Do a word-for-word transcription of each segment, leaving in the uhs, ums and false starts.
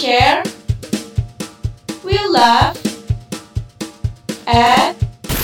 share, we'll laugh, at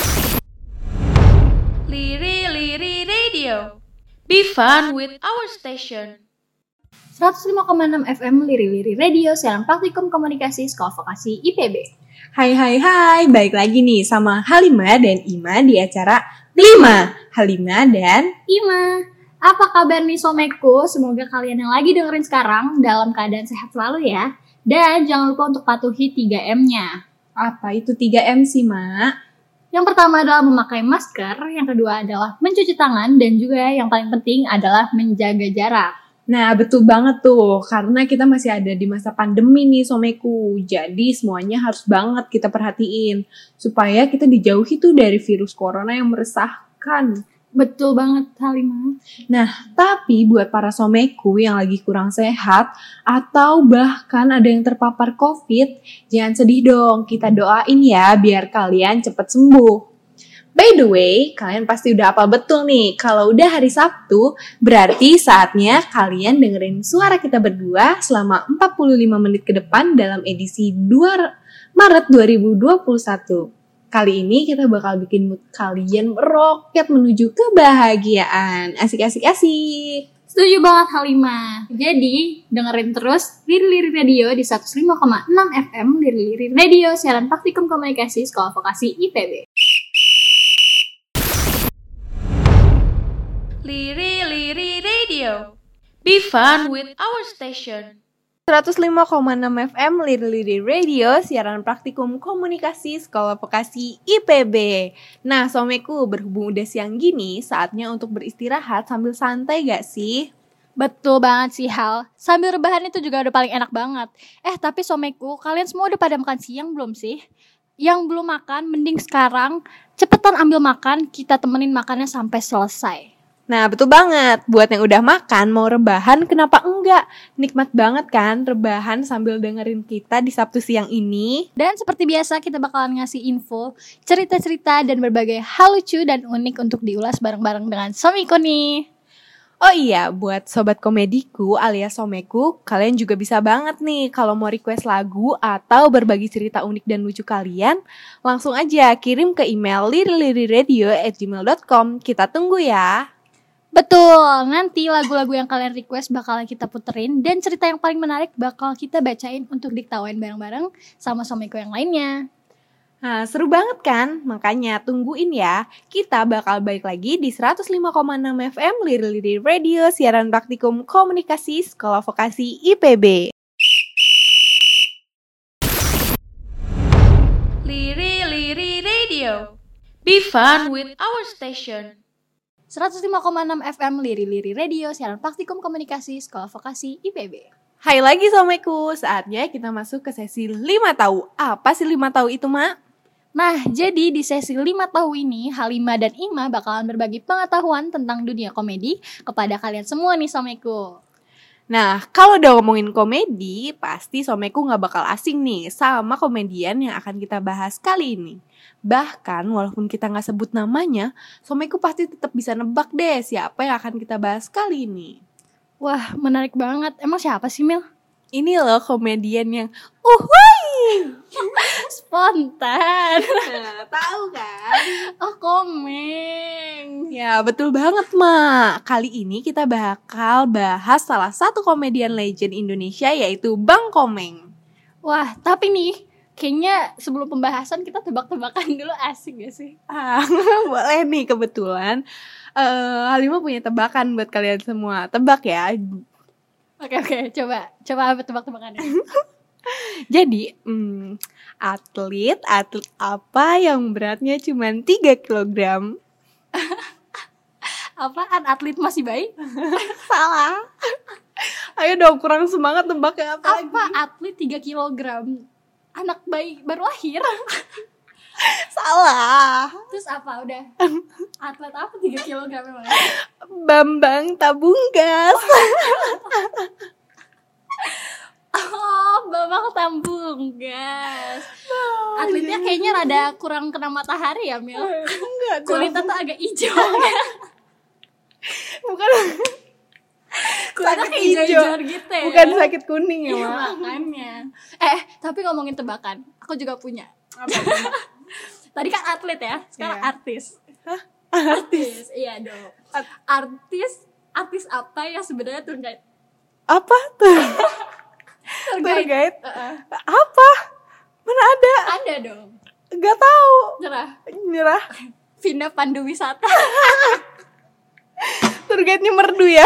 Liri Liri Radio. Be fun with our station. seratus lima koma enam F M Liri Liri Radio, siaran praktikum komunikasi Sekolah Vokasi I P B. Hai hai hai, balik lagi nih sama Halima dan Ima di acara Lima Halima dan Ima, apa kabar nih someku? Semoga kalian yang lagi dengerin sekarang dalam keadaan sehat selalu ya. Dan jangan lupa untuk patuhi tiga M-nya. Apa itu tiga M sih, Mak? Yang pertama adalah memakai masker, yang kedua adalah mencuci tangan, dan juga yang paling penting adalah menjaga jarak. Nah, betul banget tuh, karena kita masih ada di masa pandemi nih someku. Jadi semuanya harus banget kita perhatiin, supaya kita dijauhi tuh dari virus corona yang meresahkan. Betul banget, Halimah. Nah, tapi buat para someku yang lagi kurang sehat, atau bahkan ada yang terpapar COVID, jangan sedih dong, kita doain ya biar kalian cepet sembuh. By the way, kalian pasti udah hafal betul nih, kalau udah hari Sabtu, berarti saatnya kalian dengerin suara kita berdua selama empat puluh lima menit ke depan dalam edisi dua Maret dua ribu dua puluh satu. Kali ini kita bakal bikin mood kalian meroket menuju kebahagiaan. Asik-asik-asik. Setuju banget Halimah. Jadi, dengerin terus Liri Liri Radio di seratus lima koma enam F M Liri Liri Radio, siaran praktikum komunikasi Sekolah Vokasi I P B. Liri Liri Radio. Be fun with our station. seratus lima koma enam F M Liri Liri Radio, siaran praktikum komunikasi Sekolah Vokasi I P B. Nah, someku, berhubung udah siang gini, saatnya untuk beristirahat sambil santai gak sih? Betul banget sih Hal, sambil rebahan itu juga udah paling enak banget. Eh tapi someku, kalian semua udah pada makan siang belum sih? Yang belum makan, mending sekarang cepetan ambil makan, kita temenin makannya sampai selesai. Nah, betul banget. Buat yang udah makan, mau rebahan, kenapa enggak? Nikmat banget kan rebahan sambil dengerin kita di Sabtu siang ini. Dan seperti biasa, kita bakalan ngasih info, cerita-cerita, dan berbagai hal lucu dan unik untuk diulas bareng-bareng dengan Somiku nih. Oh iya, buat sobat komediku alias someku, kalian juga bisa banget nih kalau mau request lagu atau berbagi cerita unik dan lucu kalian, langsung aja kirim ke email liriliriradio at gmail dot com. Kita tunggu ya. Betul, nanti lagu-lagu yang kalian request bakalan kita puterin, dan cerita yang paling menarik bakal kita bacain untuk diketawain bareng-bareng sama someku yang lainnya. Nah, seru banget kan? Makanya tungguin ya. Kita bakal balik lagi di seratus lima koma enam F M Liri Liri Radio, siaran praktikum komunikasi Sekolah Vokasi I P B. Liri Liri Radio. Be fun with our station. seratus lima koma enam F M Liri Liri Radio, siaran praktikum komunikasi Sekolah Vokasi I P B. Hai lagi someku, saatnya kita masuk ke sesi lima tahu. Apa sih lima tahu itu, Mak? Nah, jadi di sesi lima tahu ini, Halimah dan Ima bakalan berbagi pengetahuan tentang dunia komedi kepada kalian semua nih someku. Nah, kalau udah ngomongin komedi, pasti someku gak bakal asing nih sama komedian yang akan kita bahas kali ini. Bahkan walaupun kita gak sebut namanya, someku pasti tetap bisa nebak deh siapa yang akan kita bahas kali ini. Wah, menarik banget. Emang siapa sih, Mil? Ini loh komedian yang uhuy spontan. Nah, tahu kan? Oh, Komeng. Ya, betul banget, Mak. Kali ini kita bakal bahas salah satu komedian legend Indonesia, yaitu Bang Komeng. Wah, tapi nih, kayaknya sebelum pembahasan kita tebak-tebakan dulu, asik gak sih? Ah, boleh nih, kebetulan uh, Halimah punya tebakan buat kalian semua. Tebak ya. Oke oke, coba coba apa tebak-tebakannya? Jadi, hmm, atlet atlet apa yang beratnya cuma tiga kilogram? Apaan? Atlet masih bayi? Salah. Ayo dong, kurang semangat tebaknya apa, Apa lagi? atlet tiga kilogram? Anak bayi baru lahir. Salah. Terus apa udah? Atlet apa tiga kilogram emang? Bambang Tabunggas. Oh, Bambang Tabunggas. Atletnya kayaknya rada kurang kena matahari ya, Mil. Enggak dong. Kulitnya tuh agak hijau. Bukan. Kulitnya sakit kayak hijau. hijau-hijau gitu ya. Bukan sakit kuning ya, Iya, Mak. makanya. Eh, tapi ngomongin tebakan, aku juga punya. Apa tuh, Mak? Tadi kan atlet ya, sekarang Iya. artis. Artis. Iya dong. Artis, artis apa yang sebenarnya tour guide? Apa tuh? Tour Tour guide. guide? Heeh. Apa? Mana ada? Ada dong. Gak tahu. Nyerah. Nyerah. Vina Pandu Wisata. Tour guide-nya merdu ya.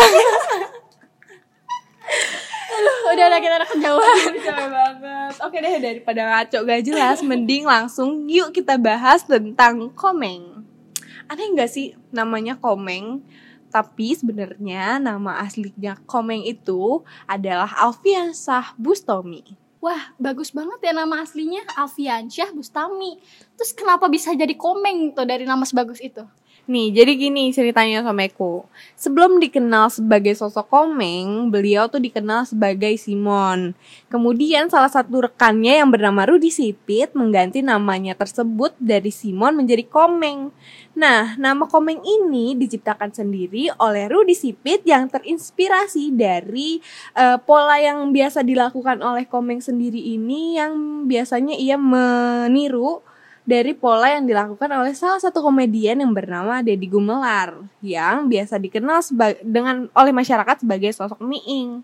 Aduh, udah udah kita udah kejauhan. Capek banget. Oke deh, daripada ngaco gak jelas, mending langsung yuk kita bahas tentang komeng. Aneh gak sih namanya komeng? Tapi sebenarnya nama aslinya komeng itu adalah Alfiansyah Bustami. Wah, bagus banget ya nama aslinya, Alfiansyah Bustami. Terus kenapa bisa jadi komeng tuh dari nama sebagus itu? Nih, jadi gini ceritanya Someku. Sebelum dikenal sebagai sosok komeng, beliau tuh dikenal sebagai Simon. Kemudian salah satu rekannya yang bernama Rudi Sipit mengganti namanya tersebut dari Simon menjadi Komeng. Nah, nama Komeng ini diciptakan sendiri oleh Rudi Sipit yang terinspirasi dari uh, pola yang biasa dilakukan oleh Komeng sendiri ini, yang biasanya ia meniru dari pola yang dilakukan oleh salah satu komedian yang bernama Deddy Gumelar, yang biasa dikenal seba- dengan oleh masyarakat sebagai sosok miing.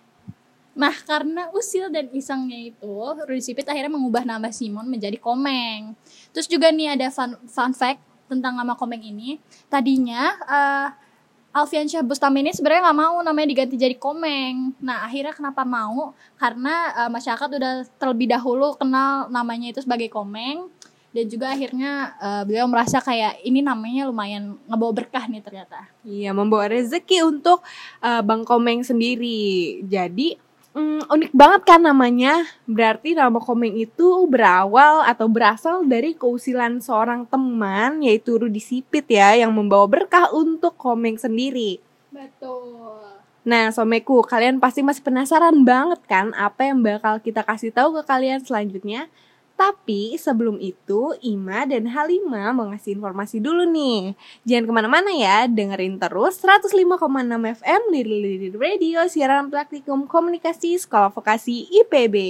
Nah, karena usil dan isengnya itu, Rudi Sipit akhirnya mengubah nama Simon menjadi Komeng. Terus juga nih ada fun, fun fact tentang nama Komeng ini. Tadinya uh, Alfiansyah Bustami ini sebenarnya nggak mau namanya diganti jadi Komeng. Nah, akhirnya kenapa mau? Karena uh, masyarakat udah terlebih dahulu kenal namanya itu sebagai Komeng. Dan juga akhirnya uh, beliau merasa kayak ini namanya lumayan ngebawa berkah nih ternyata. Iya, membawa rezeki untuk uh, Bang Komeng sendiri. Jadi mm, unik banget kan namanya. Berarti nama Komeng itu berawal atau berasal dari keusilan seorang teman, yaitu Rudi Sipit ya, yang membawa berkah untuk Komeng sendiri. Betul. Nah, Someku, kalian pasti masih penasaran banget kan apa yang bakal kita kasih tahu ke kalian selanjutnya? Tapi sebelum itu, Ima dan Halima mau ngasih informasi dulu nih. Jangan kemana-mana ya, dengerin terus seratus lima koma enam F M Liri Liri Radio, siaran praktikum komunikasi Sekolah Vokasi I P B.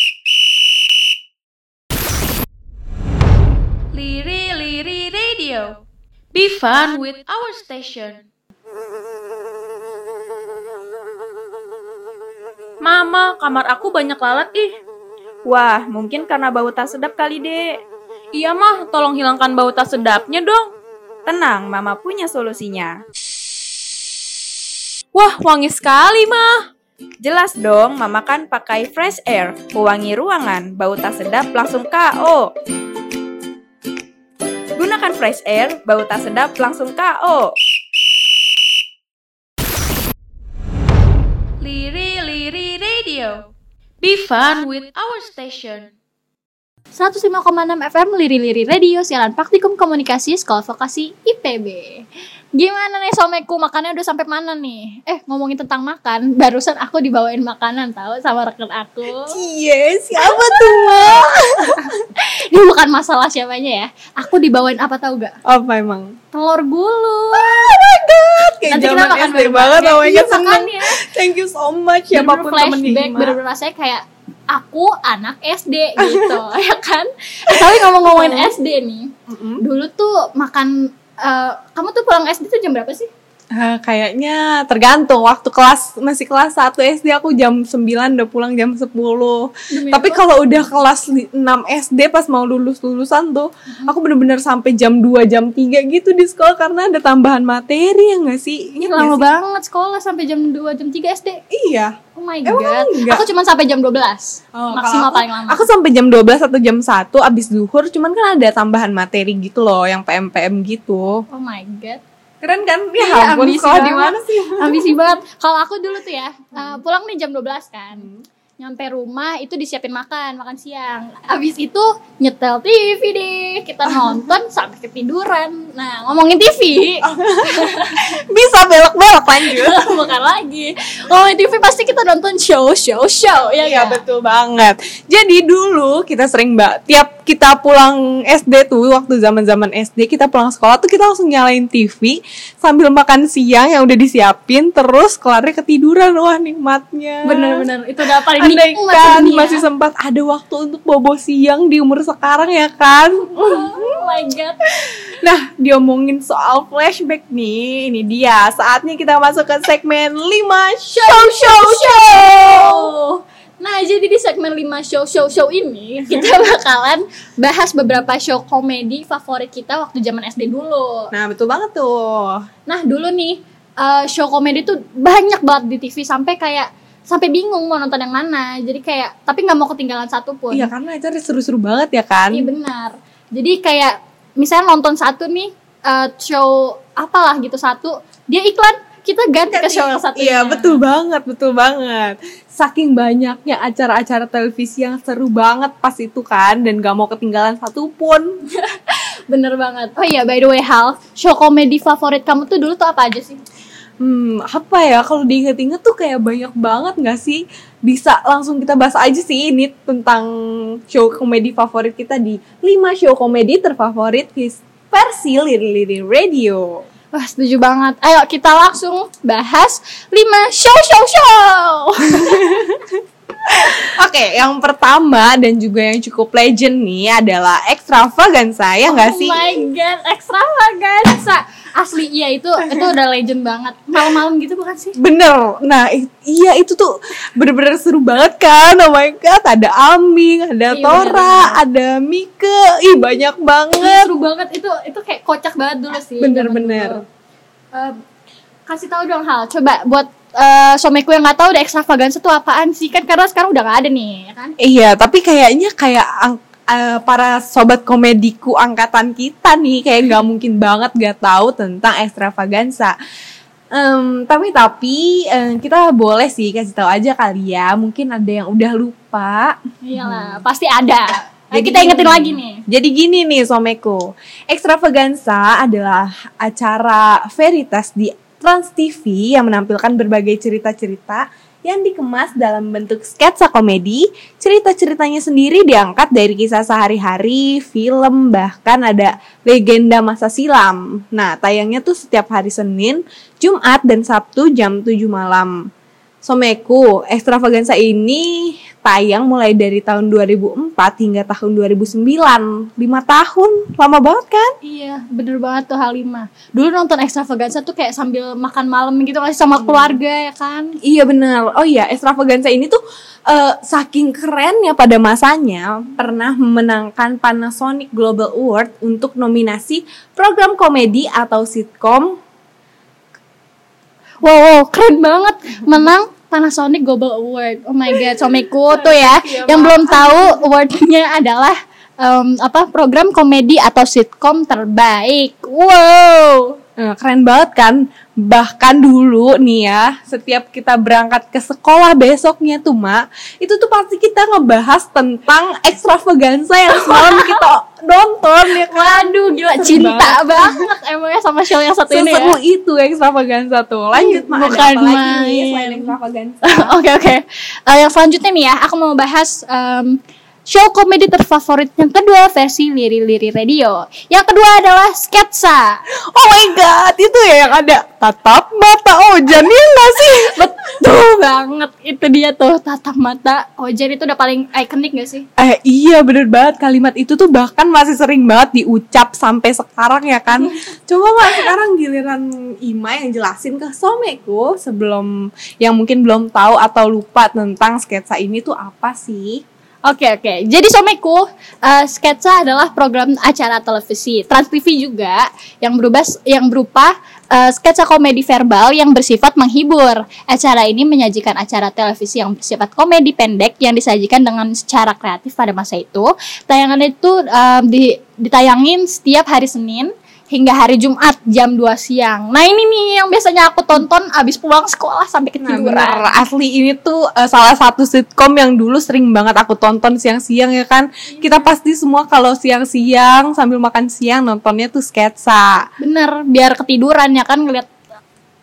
Liri Liri Radio. Be fun with our station. Mama, kamar aku banyak lalat ih. Wah, mungkin karena bau tak sedap kali, Dek. Iya, Mah, tolong hilangkan bau tak sedapnya dong. Tenang, Mama punya solusinya. Wah, wangi sekali, Mah. Jelas dong, Mama kan pakai fresh air, pewangi ruangan, bau tak sedap langsung K O. Gunakan fresh air, bau tak sedap langsung K O. Liri Liri Radio. Be fun with our station. seratus lima koma enam F M Liri Liri Radio, siaran praktikum komunikasi Sekolah Vokasi I P B. Gimana nih Someku, makannya udah sampai mana nih? Eh, ngomongin tentang makan, barusan aku dibawain makanan tahu sama rekan aku. Cie, siapa tuh, Ma? Ini bukan masalah siapanya ya. Aku dibawain apa tahu gak? Apa emang? Telur gulung. Oh my god, kayak Nanti kita zaman makan S D bareng-bareng banget, ya. oh my Iya, god, seneng. makanya. Thank you so much, Bener-bener siapapun temennya flashback, Ima. bener-bener rasanya kayak aku anak S D gitu, ya kan? Eh, tapi ngomong-ngomongin S D nih, Mm-mm. dulu tuh makan, uh, kamu tuh pulang S D tuh jam berapa sih? Ah, kayaknya tergantung, waktu kelas masih kelas satu S D aku jam sembilan udah pulang jam sepuluh. Demi Tapi apa? kalau udah kelas li- enam S D pas mau lulus-lulusan tuh, aku bener-bener sampai jam dua, jam tiga gitu di sekolah karena ada tambahan materi, ya enggak sih? Ini Ingat nggak lama sih? banget sekolah sampai jam dua, jam tiga S D. Iya. Oh my Emang god. enggak? Aku cuma sampai jam dua belas. Oh, Maksimal kalau aku- paling lama. Aku sampai jam dua belas atau jam satu abis zuhur, cuman kan ada tambahan materi gitu loh, yang P M P M gitu. Oh my god. Keren kan? Iya, Ya ampun, ambisi sekolah di banget. mana sih? Ambisi banget. Kalau aku dulu tuh ya, uh, pulang nih jam dua belas kan. Nyampe rumah itu disiapin makan, makan siang. Abis itu nyetel T V deh. Kita nonton sampai ketiduran. Nah, ngomongin T V. Bisa belok-belok lanjut. Bukan lagi. Ngomongin T V pasti kita nonton show, show, show. Ya Iya nggak? betul banget. Jadi dulu kita sering mbak tiap kita pulang S D tuh, waktu zaman-zaman S D kita pulang sekolah tuh kita langsung nyalain T V sambil makan siang yang udah disiapin, terus kelarnya ketiduran. Wah, nikmatnya. Bener-bener itu udah paling Andai nikmat kan sedunia. masih sempat ada waktu untuk bobo siang di umur sekarang ya kan. Oh my god. Nah, diomongin soal flashback nih, ini dia saatnya kita masuk ke segmen lima show show show. Nah, jadi di segmen lima show show show ini kita bakalan bahas beberapa show komedi favorit kita waktu zaman S D dulu. Nah, betul banget tuh. Nah, dulu nih uh, show komedi tuh banyak banget di T V sampai kayak sampai bingung mau nonton yang mana. Jadi kayak tapi nggak mau ketinggalan satu pun. Iya, karena acaranya seru-seru banget ya kan. Iya benar. Jadi kayak misalnya nonton satu nih uh, show apalah gitu satu, dia iklan, kita ganti ke show yang satunya. Iya, betul banget, betul banget. Saking banyaknya acara-acara televisi yang seru banget pas itu kan, dan gak mau ketinggalan satu pun. Bener banget. Oh iya, by the way Hal, show komedi favorit kamu tuh dulu tuh apa aja sih? Hmm, apa ya, kalau diinget-inget tuh kayak banyak banget gak sih? Bisa langsung kita bahas aja sih ini tentang show komedi favorit kita di lima show komedi terfavorit versi Liri Liri Radio. Wah, setuju banget. Ayo kita langsung bahas lima show show show. Oke, yang pertama dan juga yang cukup legend nih adalah Extravaganza, ya nggak sih? Oh my god, Extravaganza. Asli iya itu itu udah legend banget. Malam-malam gitu bukan sih? Bener. Nah, i- iya itu tuh bener-bener seru banget kan. Oh my god, ada Aming, ada Iya, Tora, bener-bener. ada Mike. Ih, banyak Iya, banget. seru banget itu itu kayak kocak banget dulu sih. Bener-bener. zaman dulu. Eh, kasih tahu dong Hal, coba buat eh, someku yang nggak tahu deh Extravaganza itu apaan sih, kan karena sekarang udah nggak ada nih, ya kan? Iya, tapi kayaknya kayak ang- eh, para sobat komediku angkatan kita nih kayak nggak mungkin banget gak tahu tentang Extravaganza. Em, tapi tapi em, kita boleh sih kasih tahu aja kali ya. Mungkin ada yang udah lupa. Iyalah, pasti ada. Ayo Jadi kita ingetin gini. lagi nih. Jadi gini nih Someku, Extravaganza adalah acara Veritas di Trans T V yang menampilkan berbagai cerita-cerita yang dikemas dalam bentuk sketsa komedi. Cerita-ceritanya sendiri diangkat dari kisah sehari-hari, film, bahkan ada legenda masa silam. Nah, tayangnya tuh setiap hari Senin, Jumat, dan Sabtu jam tujuh malam. Someku, Extravaganza ini tayang mulai dari tahun dua ribu empat hingga tahun dua ribu sembilan. lima tahun, lama banget kan? Iya, bener banget tuh Halimah. Dulu nonton Extravaganza tuh kayak sambil makan malam gitu nggak sih sama keluarga ya kan? Iya benar. Oh iya, Extravaganza ini tuh eh, saking kerennya pada masanya pernah memenangkan Panasonic Global Award untuk nominasi program komedi atau sitkom. Wow, wow, keren banget. Menang Panasonic Global Award. Oh my god, someku tuh ya. Yang belum tahu awardnya adalah em, apa program komedi atau sitkom terbaik. Wow. Eh, keren banget kan? Bahkan dulu nih ya, setiap kita berangkat ke sekolah besoknya tuh Mak, itu tuh pasti kita ngebahas tentang Extravaganza yang semalam kita nonton ya kan. Waduh, gila cinta banget emangnya sama show yang satu ini ya. Seseru itu Extravaganza tuh. Lanjut Mak, ada Bukan apa lagi nih main. selain Extravaganza? Oke oke. Eh, yang selanjutnya nih ya, aku mau bahas em, show komedi terfavorit yang kedua versi Liri Liri Radio. Yang kedua adalah sketsa. Oh my god, itu ya yang ada tatap mata Ojan, ya nggak sih? Betul banget, itu dia tuh tatap mata Ojan, itu udah paling ikonik gak sih? Eh iya bener banget, kalimat itu tuh bahkan masih sering banget diucap sampai sekarang ya kan. Coba Mak, sekarang giliran Ima yang jelasin ke Someku sebelum yang mungkin belum tahu atau lupa tentang sketsa ini tuh apa sih? Oke oke, jadi someku, eh, sketsa adalah program acara televisi Trans T V juga yang berubah yang berupa eh, sketsa komedi verbal yang bersifat menghibur. Acara ini menyajikan acara televisi yang bersifat komedi pendek yang disajikan dengan secara kreatif pada masa itu. Tayangan itu eh, di, ditayangin setiap hari Senin hingga hari Jumat jam dua siang. Nah ini nih yang biasanya aku tonton abis pulang sekolah sampai Nah, ketiduran. bener, asli ini tuh eh, salah satu sitkom yang dulu sering banget aku tonton siang-siang ya kan. Kita pasti semua kalau siang-siang sambil makan siang nontonnya tuh sketsa. Bener, biar ketiduran ya kan ngeliat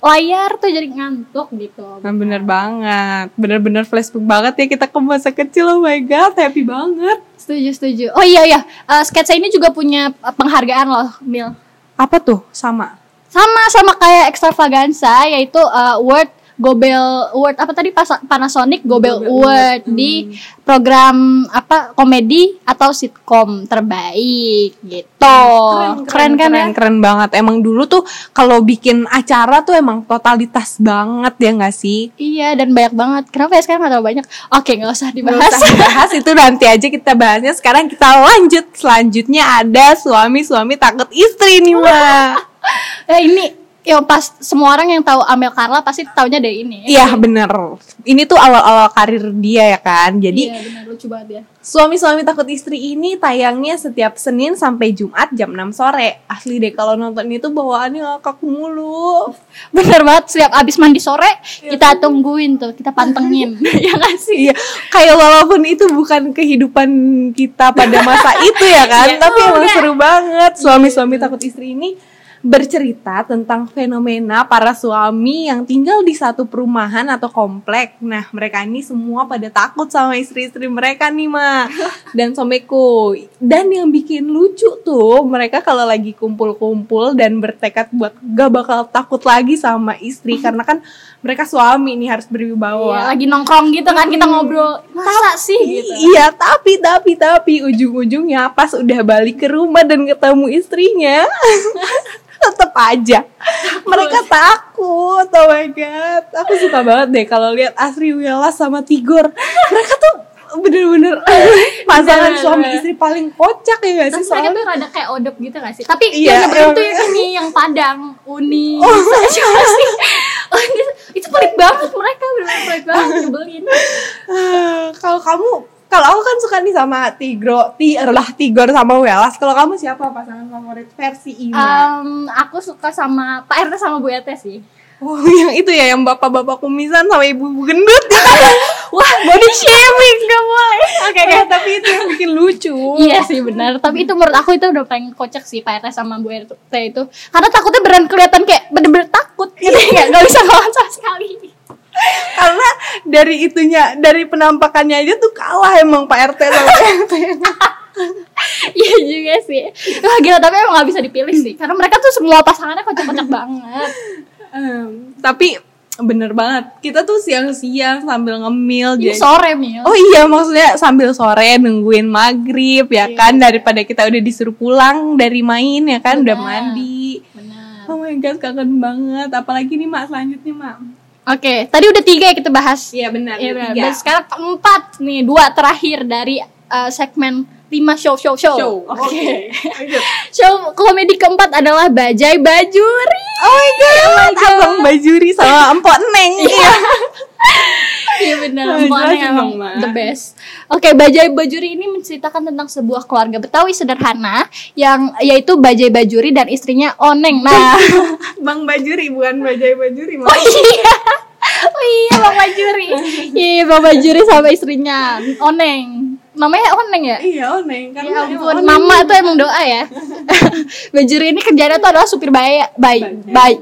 layar tuh jadi ngantuk gitu. Nah, bener banget, bener-bener flashback banget ya kita ke masa kecil. Oh my god, happy banget. Setuju, setuju. Oh iya ya, uh, sketsa ini juga punya uh, penghargaan loh, Mil. Apa tuh? Sama? Sama sama kayak Extravaganza, yaitu uh, World Gobel Award apa tadi Pas- Panasonic Gobel, Gobel Award Award. di program apa komedi atau sitkom terbaik gitu. Keren, kan ya? keren, keren banget. Emang dulu tuh kalau bikin acara tuh emang totalitas banget ya nggak sih? Iya, dan banyak banget. Kenapa ya sekarang nggak terlalu banyak? Oke, nggak usah Nggak dibahas. usah dibahas, itu nanti aja kita bahasnya. Sekarang kita lanjut. Selanjutnya ada suami-suami takut istri nih, Mbak. Eh, ini yang pas semua orang yang tahu Amel Carla pasti taunya dari ini. Iya bener. Ini tuh awal-awal karir dia ya kan. Jadi Iya, benar, lucu banget ya. Suami-suami Takut Istri ini tayangnya setiap Senin sampai Jumat jam enam sore. Asli deh kalau nonton itu bawaannya ngakak mulu. Bener banget, setiap abis mandi sore kita tungguin tuh, kita pantengin. Ya nggak sih? Iya, kayak walaupun itu bukan kehidupan kita pada masa itu ya kan, Iya, tapi emang enggak. seru banget. Suami-suami Takut Istri ini bercerita tentang fenomena para suami yang tinggal di satu perumahan atau komplek. Nah, mereka ini semua pada takut sama istri-istri mereka nih, Ma. Dan Someku. Dan yang bikin lucu tuh, mereka kalau lagi kumpul-kumpul dan bertekad buat gak bakal takut lagi sama istri. Karena kan mereka suami nih, harus Iya, berwibawa. lagi nongkrong gitu kan kita ngobrol. Masa sih gitu? Iya, tapi tapi tapi ujung-ujungnya pas udah balik ke rumah dan ketemu istrinya, tetap aja mereka takut. Oh my god, aku suka banget deh kalau lihat Asri Wiyala sama Tigor. Mereka tuh bener-bener pasangan Bener, suami bener. istri paling kocak ya gak sih? Terus mereka Soalnya tuh rada kayak odop gitu gak sih? Tapi Iya, yang nyebelin emang. tuh yang ini, yang Padang, Uni. Oh. Siapa sih? Oh, ini- itu pelit banget mereka, bener-bener pelit banget, nyebelin. ah, kalau kamu, kalau aku kan suka nih sama Tigro, ti lah Tigor sama Welas. Kalau kamu siapa pasangan favorit versi ini? Um, aku suka sama Pak R T sama Bu E T sih. Oh, yang itu ya, yang bapak-bapak kumisan sama ibu-ibu gendut. Wah, body shaming gak boleh. Oke, oke, tapi itu yang bikin lucu. Iya sih benar, tapi itu menurut aku itu udah paling kocak sih Pak R T sama Bu E T itu. Karena takutnya beneran kelihatan kayak bener-bener takut gitu ya, gak bisa ngelawan sama sekali. Karena dari itunya, dari penampakannya aja tuh kalah emang Pak R T sama P R T. Iya juga sih. Wah gila, tapi emang gak bisa dipilih sih. Karena mereka tuh semua pasangannya kocak-kocak banget. Em, tapi bener banget, kita tuh siang-siang sambil ngemil. Ini jadi- sore Mil. Oh iya, maksudnya sambil sore nungguin maghrib ya Iya. kan, daripada kita udah disuruh pulang dari main ya kan, udah Benar. mandi. Benar. Oh my god, kangen banget. Apalagi nih Mak, selanjutnya Mak. Oke, tadi udah tiga ya kita bahas. Iya benar, Iya benar. tiga. Dan sekarang keempat nih, dua terakhir dari uh, segmen lima show show show. Show. Oke. Lanjut. Show komedi keempat adalah Bajai Bajuri. Oh my god, Abang Bajuri sama Empok Neng. Iya. Iya benar, Oh, semuanya jelasin emang dong, Ma. the best. Oke, Bajai Bajuri ini menceritakan tentang sebuah keluarga Betawi sederhana yang yaitu Bajai Bajuri dan istrinya Oneng. Nah, Bang Bajuri, bukan Bajai Bajuri. oh iya. Oh iya, Bang Bajuri. Iya, Bang Bajuri sama istrinya Oneng. Namanya Oneng ya? Iya, Oneng. Ya Karena ampun, emang mama tuh emang doa ya. Bajuri ini kerjanya tuh adalah supir baya, bay, bay,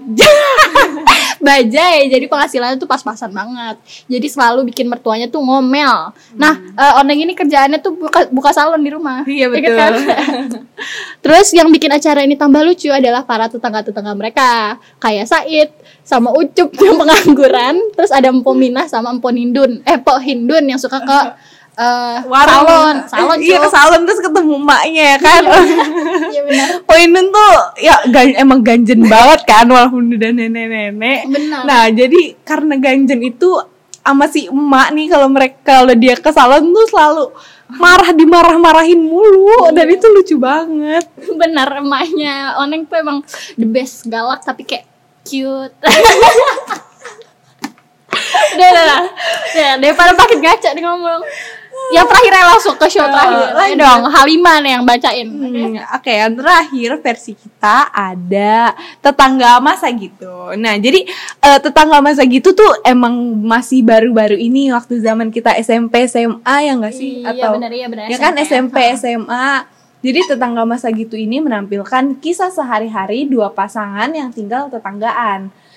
bajai. Jadi penghasilannya tuh pas-pasan banget. Jadi selalu bikin mertuanya tuh ngomel. Nah, eh, Oneng ini kerjaannya tuh buka, buka salon di rumah. Iya, Ingat betul. kan? Terus yang bikin acara ini tambah lucu adalah para tetangga-tetangga mereka, kayak Said sama Ucup yang pengangguran. Terus ada Empo Minah sama Empo Hindun, eh Empo Hindun yang suka ke eh, salon, salon Iya, ke Cuk. salon terus ketemu emaknya ya kan. Iya benar. Pointen tuh ya gan- emang ganjen banget kan, walaupun udah nenek-nenek. Benar. Nah, jadi karena ganjen itu sama si emak nih, kalau mereka kalau dia ke salon tuh selalu marah, dimarah-marahin mulu. Dan itu lucu banget. Benar, emaknya Oneng tuh emang the best, galak tapi kayak cute. Udah, udah, udah. Ya, daripada makin ngaca nih ngomong. Yang terakhir ya, langsung ke show Oh, terakhir. Ayo lanjut. dong, Halimah nih yang bacain. Hmm, Oke, yang terakhir versi kita ada tetangga masa gitu. Nah, jadi eh, tetangga masa gitu tuh emang masih baru-baru ini, waktu zaman kita S M P S M A ya nggak sih? Iya, Atau benar, iya, benar. ya kan S M P Ha. S M A. Jadi tetangga masa gitu ini menampilkan kisah sehari-hari dua pasangan yang tinggal tetanggaan.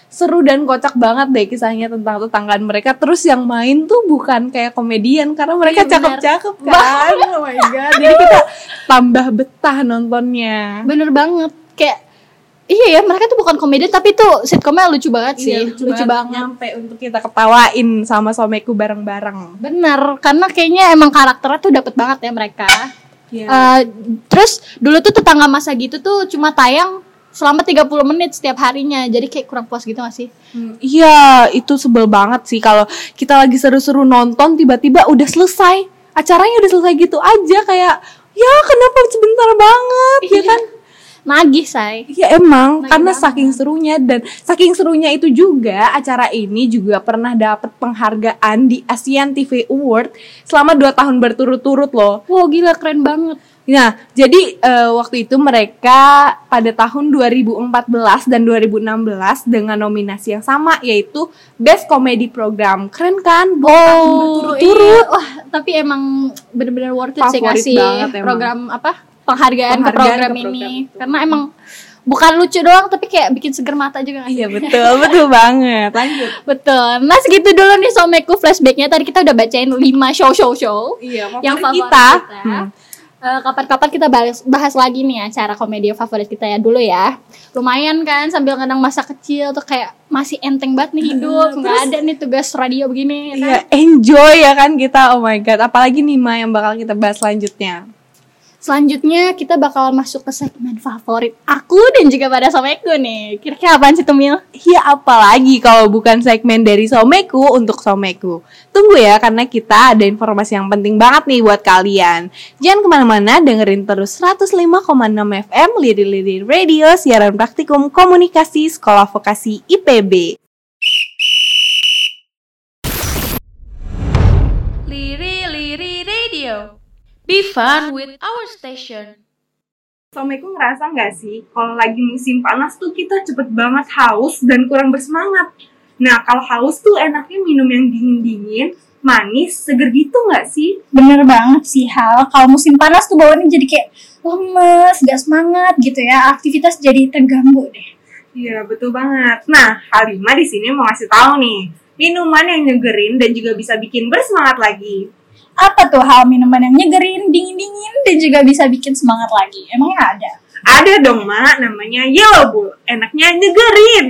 seru dan kocak banget deh kisahnya tentang tetanggaan mereka. Terus yang main tuh bukan kayak komedian karena mereka Iya, benar. cakep-cakep kan. Oh my god. Jadi kita tambah betah nontonnya. Bener banget. Kayak iya ya, mereka tuh bukan komedian tapi tuh sitkomnya lucu banget sih. Iya, lucu, banget. Nyampe untuk kita ketawain sama Someku bareng-bareng. Bener, karena kayaknya emang karakternya tuh dapet banget ya mereka. Iya. Eh, terus dulu tuh tetangga masa gitu tuh cuma tayang selama tiga puluh menit setiap harinya. Jadi kayak kurang puas gitu gak sih? Hmm, iya, itu sebel banget sih kalau kita lagi seru-seru nonton tiba-tiba udah selesai. Acaranya udah selesai gitu aja kayak ya kenapa sebentar banget ya kan? Nagih, say. Ya emang Nagih karena banget. saking serunya dan saking serunya itu juga acara ini juga pernah dapat penghargaan di Asian T V Award selama dua tahun berturut-turut loh. Wow, gila keren banget. Nah, jadi eh, waktu itu mereka pada tahun dua ribu empat belas dan dua ribu enam belas dengan nominasi yang sama yaitu Best Comedy Program. Keren kan? Dua tahun berturut-turut. iya. Wah, tapi emang bener-bener worth it sih Favorit kasih banget emang. program apa? Penghargaan, ke Penghargaan program ke program ini. itu. Karena emang bukan lucu doang tapi kayak bikin seger mata juga. Iya betul, betul banget. Lanjut. Betul. Nah, segitu dulu nih Someku flashbacknya. Tadi kita udah bacain lima show-show-show Iya, yang favorit favorit kita. kita. Hmm. Eh, kapan-kapan kita bahas, bahas lagi nih acara komedi favorit kita ya dulu ya. Lumayan kan sambil ngenang masa kecil tuh kayak masih enteng banget nih hidup. Nggak ada nih tugas radio begini. Ya kan? Iya, enjoy ya kan kita. Oh my god, apalagi nih Ma yang bakal kita bahas selanjutnya. Selanjutnya kita bakalan masuk ke segmen favorit aku dan juga pada Someku nih. Kira-kira apaan sih tuh Mil? Ya apalagi kalau bukan segmen dari Someku untuk Someku. Tunggu ya karena kita ada informasi yang penting banget nih buat kalian. Jangan kemana-mana, dengerin terus seratus lima koma enam F M Liri Liri Radio, siaran praktikum komunikasi Sekolah Vokasi I P B. Liri Liri Radio. Be fun with our station. Someku ngerasa nggak sih kalau lagi musim panas tuh kita cepet banget haus dan kurang bersemangat. Nah kalau haus tuh enaknya minum yang dingin-dingin, manis, seger gitu nggak sih? Bener banget sih Hal. Kalau musim panas tuh bawaannya jadi kayak lemes, gak semangat gitu ya. Aktivitas jadi terganggu deh. Iya betul banget. Nah Halimah di sini mau ngasih tahu nih minuman yang nyegerin dan juga bisa bikin bersemangat lagi. Apa tuh hal minuman yang nyegerin, dingin-dingin dan juga bisa bikin semangat lagi? Emangnya ada? Ada dong Mak, namanya Yellow Bull. Enaknya nyegerin.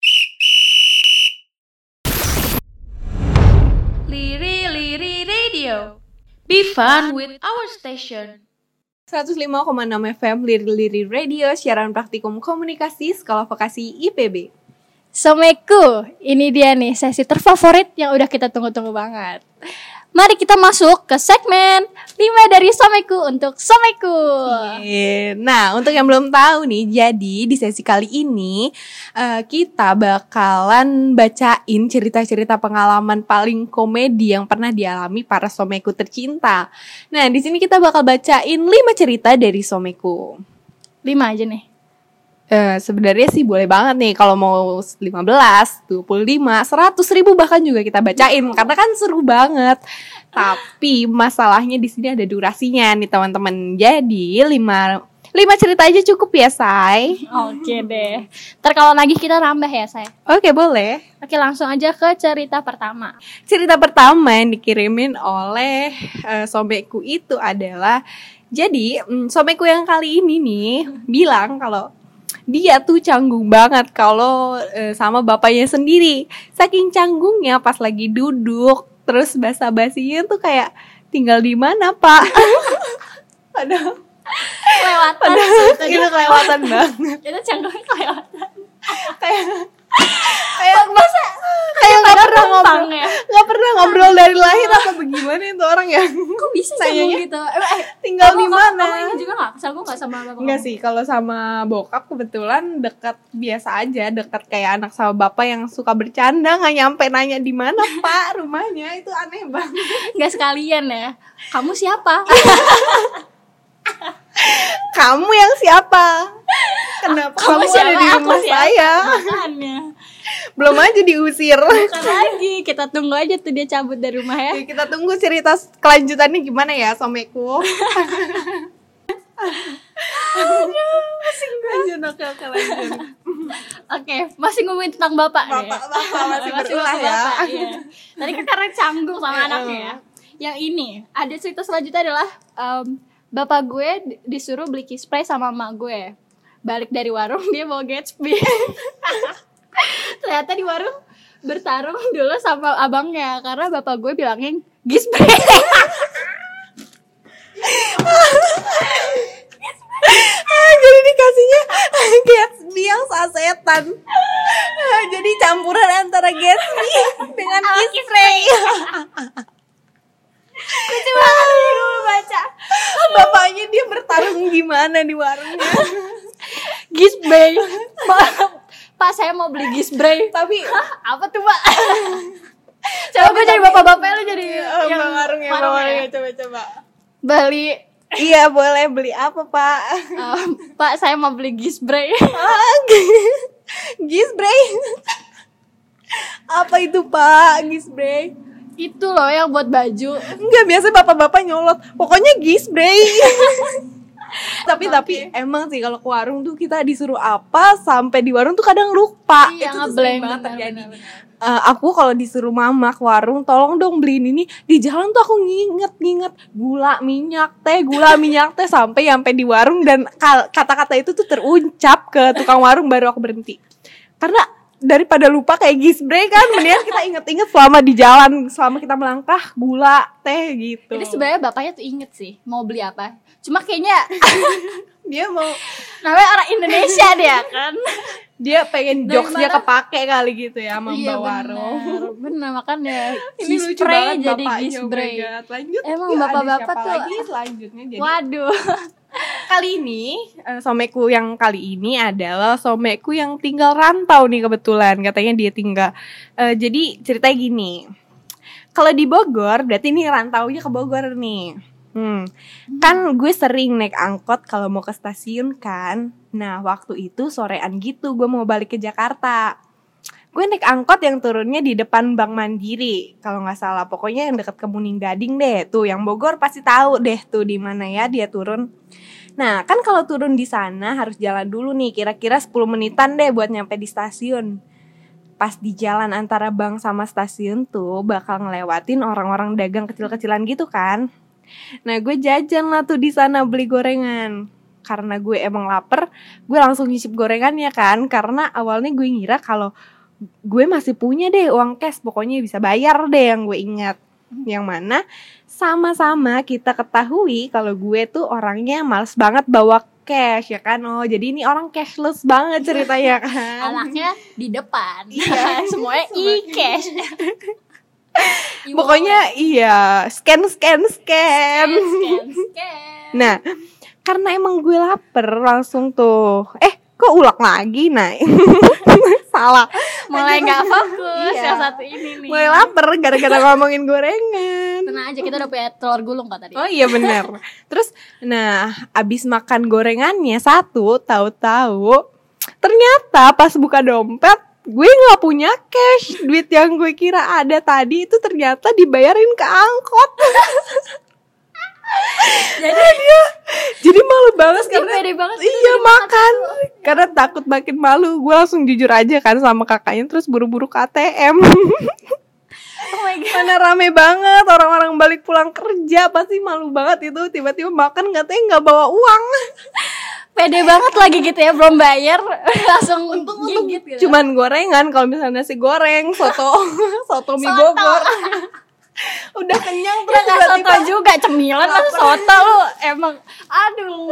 Liri Liri Radio. Be fun with our station. seratus lima koma enam F M Liri Liri Radio, siaran praktikum komunikasi Sekolah Vokasi I P B. Someku, ini dia nih sesi terfavorit yang udah kita tunggu-tunggu banget. Mari kita masuk ke segmen lima dari Someku untuk Someku. Iya. Nah, untuk yang belum tahu nih, jadi di sesi kali ini uh, kita bakalan bacain cerita-cerita pengalaman paling komedi yang pernah dialami para Someku tercinta. Nah, di sini kita bakal bacain lima cerita dari Someku. lima aja nih. Uh, sebenarnya sih boleh banget nih kalau mau lima belas, dua puluh lima, seratus ribu bahkan juga kita bacain karena kan seru banget. Tapi masalahnya di sini ada durasinya nih teman-teman. Jadi lima lima cerita aja cukup ya, Say. Oke deh. Ntar kalau nagih kita nambah ya, saya. Oke, boleh. Oke, langsung aja ke cerita pertama. Cerita pertama yang dikirimin oleh uh, Someku itu adalah jadi mm, Someku yang kali ini nih bilang kalau dia tuh canggung banget kalau e, sama bapaknya sendiri. Saking canggungnya pas lagi duduk, terus basa-basinya tuh kayak tinggal di mana, Pak? Padahal Kelewatan padahal sih itu. itu kelewatan banget. Itu canggungnya kelewatan. Kayak kayak Masa kayak nggak pernah numpang ngobrol, ya? nggak pernah ngobrol dari lahir apa bagaimana itu orang ya? Kok bisa Sayangnya canggung gitu? Eh, eh, Tinggal kamu- di kamu- mana? Kamu ini juga gak? Canggung gak sama bapak Enggak kamu? sih, kalau sama bokap kebetulan dekat biasa aja, dekat kayak anak sama bapak yang suka bercanda, nggak nyampe nanya di mana Pak rumahnya, itu aneh banget. Gak sekalian ya. Kamu siapa? Kamu yang siapa? Kenapa kamu, ada di Aku rumah siapa? saya? Makanya. Belum aja diusir. Bukan lagi. Kita tunggu aja tuh dia cabut dari rumah ya. Oke, kita tunggu cerita kelanjutannya gimana ya, Someku. Aduh, masing lanjut, oke, oke, lanjut. Oke, masih ngomongin tentang bapak nih. Bapak-bapak masih berulah masuk ya. bapak, iya. Tadi kan karena canggung sama anaknya ya. Yang ini, ada cerita selanjutnya adalah em, bapak gue di- disuruh beli kispray sama emak gue. Balik dari warung dia bawa Gatsby. Ternyata di warung bertarung dulu sama abangnya karena bapak gue bilangin gispray. Ah, jadi dikasihnya Gatsby yang sasetan. Ah, jadi campuran antara Gatsby dengan Kispray. Lucu banget nih gue baca. Bapaknya dia bertarung gimana di warungnya. Gispray. Pak, Pak, saya mau beli gispray. Tapi Apa tuh, Pak? Coba gue jadi bapak-bapak lu jadi oh, yang bang warungnya, bang warung ya. warungnya coba-coba. Bali. Iya boleh, beli apa Pak? Um, Pak, saya mau beli gispray. Ah, Gispray. Apa itu Pak? Gispray? Itu loh yang buat baju. Enggak, biasa bapak-bapak nyolot. Pokoknya Gispray. tapi tapi emang sih kalau ke warung tuh kita disuruh apa sampai di warung tuh kadang lupa. Iya, Itu tuh ngeblank, sering banget benar, terjadi. benar, Eh, aku kalau disuruh mama ke warung, tolong dong beliin ini. Di jalan tuh aku nginget-nginget gula, minyak, teh, gula, minyak, teh sampai sampai di warung dan kal- kata-kata itu tuh teruncap ke tukang warung baru aku berhenti. Karena daripada lupa kayak Gispray kan, mendingan kita inget-inget selama di jalan, selama kita melangkah, gula, teh gitu. Jadi sebenarnya bapaknya tuh inget sih mau beli apa. Cuma kayaknya dia mau namanya orang Indonesia dia kan. dia pengen Dari jokesnya mana? kepake kali gitu ya sama Iya Mbak Warung. bener, bener makanya Ini lucu gispray banget jadi bapaknya, gispray. oh my God. Lanjut. Emang Yuk, ada bapak-bapak siapa tuh- lagi selanjutnya jadi Waduh. kali ini eh, someku yang kali ini adalah someku yang tinggal rantau nih kebetulan, katanya dia tinggal eh, jadi ceritanya gini, kalau di Bogor berarti nih rantaunya ke Bogor nih. Hmm. Kan gue sering naik angkot kalau mau ke stasiun kan. Nah waktu itu sorean gitu gue mau balik ke Jakarta. Gue naik angkot yang turunnya di depan Bank Mandiri kalau nggak salah, pokoknya yang dekat Kemuning Gading deh. Tuh yang Bogor pasti tahu deh tuh di mana ya dia turun. Nah kan kalau turun di sana harus jalan dulu nih, kira-kira sepuluh menitan deh buat nyampe di stasiun. Pas di jalan antara bank sama stasiun tuh bakal ngelewatin orang-orang dagang kecil-kecilan gitu kan. Nah gue jajan lah tuh di sana beli gorengan. Karena gue emang lapar, gue langsung nyicip gorengannya kan. Karena awalnya gue ngira kalau gue masih punya deh uang cash, pokoknya bisa bayar deh yang gue ingat. Yang mana sama-sama kita ketahui kalau gue tuh orangnya males banget bawa cash ya kan. Oh jadi ini orang cashless banget ceritanya kan. Anaknya di depan. Semuanya e-cash. Pokoknya iya, scan scan scan. scan, scan. Nah, karena emang gue lapar langsung tuh. Eh, kok ulak lagi? Nah, salah. Mulai nggak fokus Iya. yang satu ini nih. Mulai lapar gara-gara ngomongin gorengan. Tenang aja, kita udah punya telur gulung kok tadi. Oh iya benar. Terus, nah, abis makan gorengannya satu, tahu-tahu ternyata pas buka dompet gue nggak punya cash. Duit yang gue kira ada tadi itu ternyata dibayarin ke angkot. Jadi dia jadi malu banget dia karena pede banget gitu iya dia makan karena takut makin malu. Gue langsung jujur aja kan sama kakaknya, terus buru-buru ke A T M. Oh my god. Mana rame banget orang-orang balik pulang kerja, pasti malu banget itu tiba-tiba makan katanya nggak bawa uang. Pede banget lagi gitu ya, belum bayar langsung gigit gitu. Cuman gorengan, kalau misalnya nasi goreng, soto, soto mie Soto. Bogor. Udah kenyang Ya terus gak soto tiba-tiba juga, cemilan masa soto lu emang. Aduh.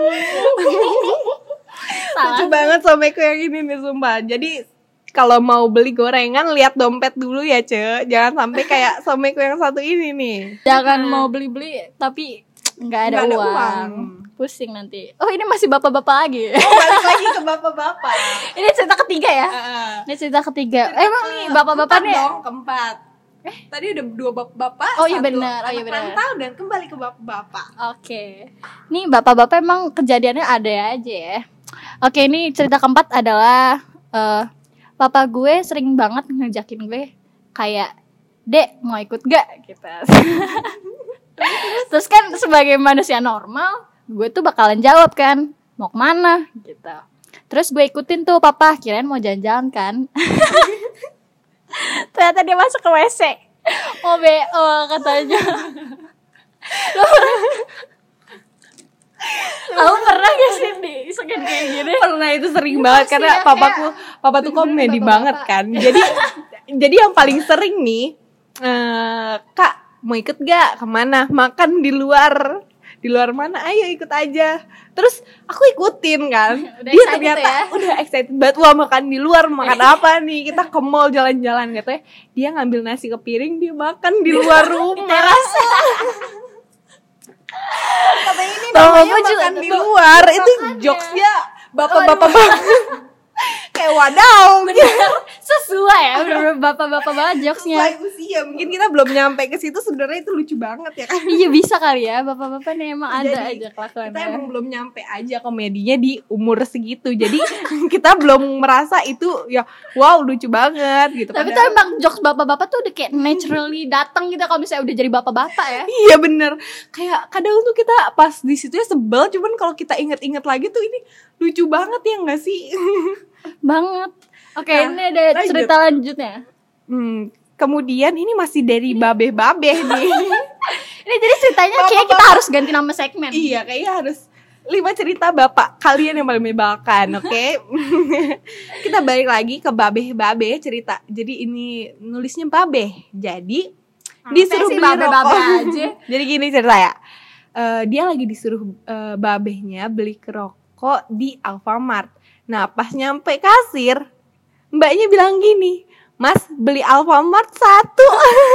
Salah. lucu banget someku yang ini nih sumpah. Jadi kalau mau beli gorengan lihat dompet dulu ya, Ce. Jangan sampai kayak someku yang satu ini nih. Jangan mau beli-beli tapi nggak ada, Nggak ada uang. uang. Pusing nanti. Oh ini masih bapak-bapak lagi. Balik lagi ke bapak-bapak. Ini cerita ketiga ya. Ini cerita ketiga. Emang nih bapak-bapak Keempat nih. dong, keempat. Eh, tadi udah dua bapak-bapak. Oh, iya satu benar, oh, iya anak benar. rantau dan kembali ke bapak-bapak. Oke. Nih bapak-bapak emang kejadiannya ada aja ya. Oke, ini cerita keempat adalah eh papa gue sering banget ngejakin gue kayak, "Dek, mau ikut gak?" gitu. Terus kan sebagai manusia normal, gue tuh bakalan jawab kan, "Mau kemana?" gitu. Terus gue ikutin tuh papa, kirain mau jalan-jalan kan. Ternyata dia masuk ke W C. Mau B O katanya. Aku pernah gak sih disekin kayak gini? Pernah, itu sering banget karena ya, papaku papa tuh komedi banget kan. Jadi jadi yang paling sering nih, eh, Kak mau ikut gak kemana? Makan di luar. Di luar mana? Ayo ikut aja. Terus aku ikutin kan. Udah Dia excited ternyata ya? udah excited banget. Wah, makan di luar, makan apa nih? Kita ke mall jalan-jalan katanya. Dia ngambil nasi ke piring, dia makan di luar rumah. Katanya ini namanya makan di luar. Itu jokesnya bapak-bapak banget. Kayak wadaw gitu. Sesuai ya, bener-bener bapak-bapak banget jokesnya. Sesuai usia, mungkin kita belum nyampe ke situ, sebenarnya itu lucu banget ya kan. Iya bisa kali ya, bapak-bapak nih emang ada Jadi, aja kelakuannya. Kita emang belum nyampe aja komedinya di umur segitu. Jadi kita belum merasa itu ya wow lucu banget gitu. Tapi tuh Padahal- emang jokes bapak-bapak tuh udah kayak naturally datang gitu kalau misalnya udah jadi bapak-bapak ya. Iya bener. Kayak kadang tuh kita pas di situ ya sebel, cuman kalau kita inget-inget lagi tuh ini lucu banget ya nggak sih? Banget. Oke, Nah, ini ada lanjut. cerita lanjutnya. Hmm, kemudian ini masih dari babeh-babeh nih. Ini jadi ceritanya kayak kita harus ganti nama segmen. Iya, kayaknya harus lima cerita bapak kalian yang paling menyebalkan, oke? Kita balik lagi ke babeh-babeh cerita. Jadi ini nulisnya babeh. Jadi disuruh sih beli babeh-babeh rokok. aja? Jadi gini cerita ya. Eh, dia lagi disuruh eh, babehnya beli rokok di Alfamart. Nah, pas nyampe kasir, mbaknya bilang gini, "Mas, beli Alfamart satu."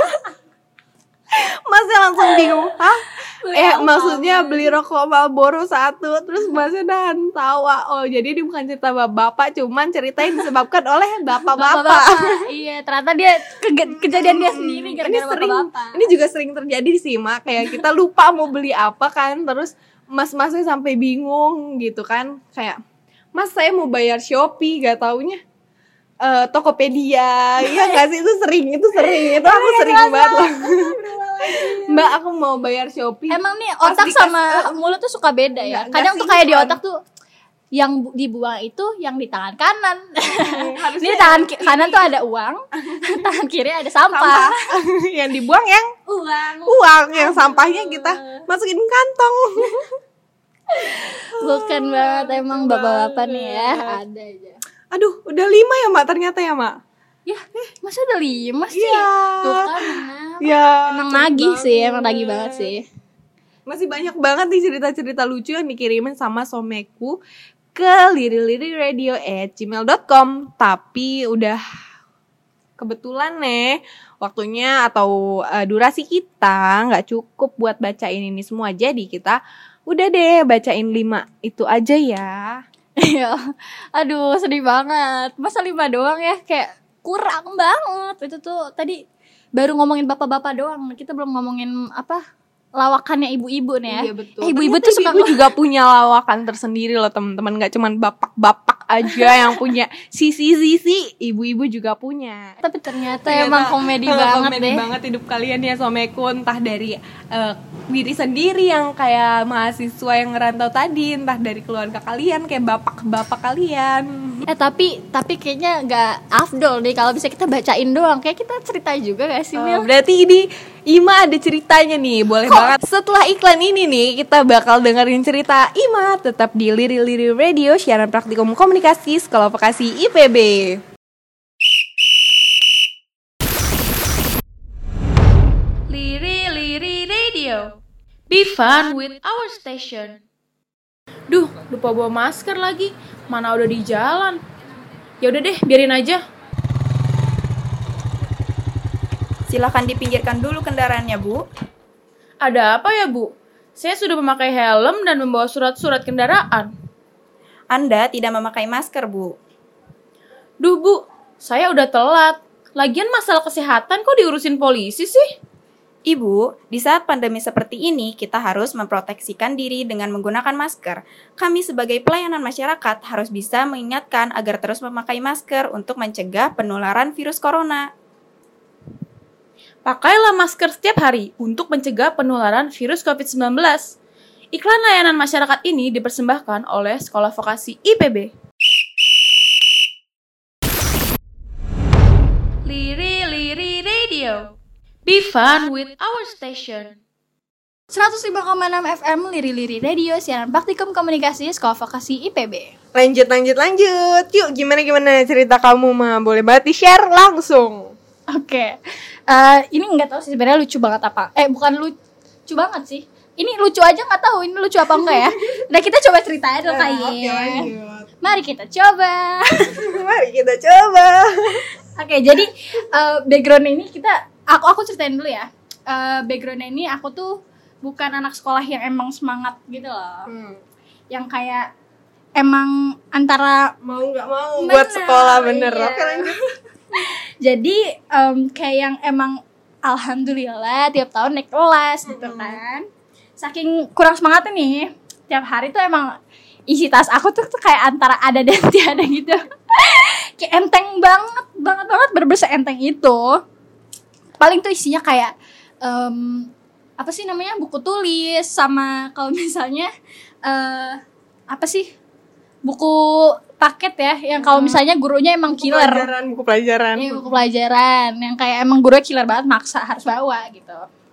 Masnya langsung bingung, hah? Eh maksudnya beli rokok Marlboro satu. Terus masnya dan tawa. Oh jadi ini bukan cerita bapak, cuman cerita yang disebabkan oleh bapak-bapak. Bapak-bapak. Iya, ternyata dia ke- kejadian dia sendiri Ini gara-gara sering, bapak-bapak. ini juga sering terjadi sih Mak. Kayak kita lupa mau beli apa kan, terus mas-masnya sampai bingung gitu kan. Kayak, "Mas saya mau bayar Shopee," gak taunya eh Tokopedia. Iya gak sih, itu sering, itu sering, itu aku sering banget loh. "Mbak aku mau bayar Shopee." Emang nih Pas otak dikas- sama mulut tuh suka beda ya. Enggak, Kadang enggak tuh kayak di sinkron. otak tuh yang bu- dibuang itu yang di tangan kanan. Hmm, harusnya Ini tangan ki- kanan tuh ada uang, tangan kiri ada sampah. sampah. Yang dibuang yang Uang. uang, yang sampahnya kita masukin kantong. Bukan banget emang bapak-bapak nih ya, ada aja. Aduh, udah lima ya Mak ternyata ya Mak. Ya, masa udah lima sih? Iya. Tuh kan benar. Ya, Emang cepet nagih sih, emang banget. nagih banget sih. Masih banyak banget nih cerita-cerita lucu yang dikirimin sama Someku ke liriliriradio at gmail dot com. Tapi udah kebetulan nih waktunya atau uh, durasi kita nggak cukup buat bacain ini semua. Jadi kita udah deh bacain lima itu aja ya. Iya. Aduh, sedih banget. Masa lima doang ya? Kayak kurang banget. Itu tuh tadi baru ngomongin bapak-bapak doang. Kita belum ngomongin apa? Lawakannya ibu-ibu nih ya. Iya betul. Eh, ibu-ibu Ternyata tuh suka ibu-ibu juga punya lawakan tersendiri loh teman-teman. Nggak cuman bapak-bapak aja yang punya sisi-sisi. Ibu-ibu juga punya. tapi ternyata, Ternyata, emang komedi eh, banget komedi deh. banget hidup kalian ya Someku. Entah dari eh, diri sendiri yang kayak mahasiswa yang ngerantau tadi, entah dari keluarga kalian kayak bapak-bapak kalian. Eh tapi tapi kayaknya nggak afdol deh kalau bisa kita bacain doang. Kayak kita cerita juga gak sih, Oh, Mil? berarti ini Ima ada ceritanya nih, boleh banget. Setelah iklan ini nih, kita bakal dengerin cerita Ima tetap di Liri Liri Radio, siaran praktikum komunikasi Sekolah Vokasi I P B. Liri Liri Radio. Be fun with our station. Duh, lupa bawa masker lagi. Mana udah di jalan. Ya udah deh, biarin aja. Silakan dipinggirkan dulu kendaraannya, Bu. Ada apa ya, Bu? Saya sudah memakai helm dan membawa surat-surat kendaraan. Anda tidak memakai masker, Bu. Duh, Bu, saya udah telat. Lagian masalah kesehatan kok diurusin polisi sih? Ibu, di saat pandemi seperti ini, kita harus memproteksikan diri dengan menggunakan masker. Kami sebagai pelayanan masyarakat harus bisa mengingatkan agar terus memakai masker untuk mencegah penularan virus corona. Pakailah masker setiap hari untuk mencegah penularan virus covid sembilan belas. Iklan layanan masyarakat ini dipersembahkan oleh Sekolah Vokasi I P B. Liri Liri Radio. Be fun with our station. seratus lima koma enam F M Liri Liri Radio, siaran praktikum komunikasi Sekolah Vokasi I P B. Lanjut, lanjut, lanjut. Yuk, gimana-gimana cerita kamu, Ma? Boleh banget di-share langsung. Oke, uh, ini nggak tahu sih sebenarnya lucu banget apa. Eh, bukan lucu banget sih. Ini lucu aja nggak tahu ini lucu apa enggak ya. Nah, kita coba ceritain dong Nah, kayak. oke, lanjut. Mari kita coba. Mari kita coba. Oke, jadi uh, background ini kita aku aku ceritain dulu ya. Uh, background ini aku tuh bukan anak sekolah yang emang semangat gitu loh. Hmm. Yang kayak emang antara Mau nggak mau Bener, buat sekolah, bener. iya. Oke, lanjut. jadi um, kayak yang emang alhamdulillah tiap tahun naik kelas gitu kan. Saking kurang semangatnya nih, tiap hari tuh emang isi tas aku tuh, tuh kayak antara ada dan tiada gitu. Kayak enteng banget, banget banget bener-bener seenteng itu. Paling tuh isinya kayak um, apa sih namanya, buku tulis, sama kalau misalnya uh, apa sih, buku paket ya, yang kalau misalnya gurunya emang Buku killer. pelajaran, buku pelajaran. Iya, buku pelajaran yang kayak emang gurunya killer banget, maksa harus bawa gitu.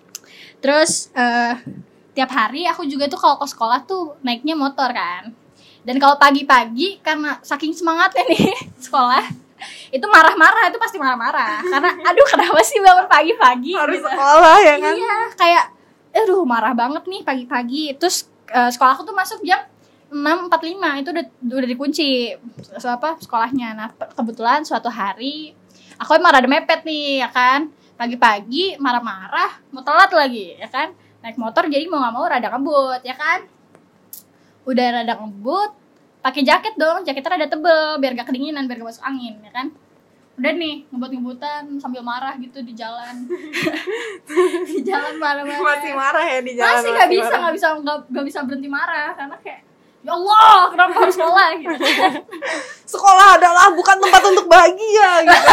Terus uh, tiap hari aku juga tuh kalau ke sekolah tuh naiknya motor kan. Dan kalau pagi-pagi karena saking semangatnya nih sekolah, itu marah-marah, itu pasti marah-marah. Karena aduh kenapa sih bangun pagi-pagi Harus gitu. sekolah ya kan? Iya, kayak aduh marah banget nih pagi-pagi. Terus uh, sekolah aku tuh masuk jam enam empat puluh lima, itu udah udah dikunci so, apa sekolahnya. Nah, kebetulan suatu hari aku emang rada mepet nih ya kan. Pagi-pagi marah-marah, mau telat lagi ya kan. Naik motor jadi mau enggak mau rada ngebut ya kan. Udah rada ngebut, pakai jaket dong, jaketnya rada tebel biar gak kedinginan, biar gak masuk angin ya kan. Udah nih ngebut-ngebutan sambil marah gitu di jalan. Di jalan marah-marah. Masih marah ya di jalan? Masih nggak bisa, nggak bisa, nggak nggak bisa berhenti marah karena kayak ya Allah kenapa harus sekolah gitu. Sekolah adalah bukan tempat untuk bahagia gitu.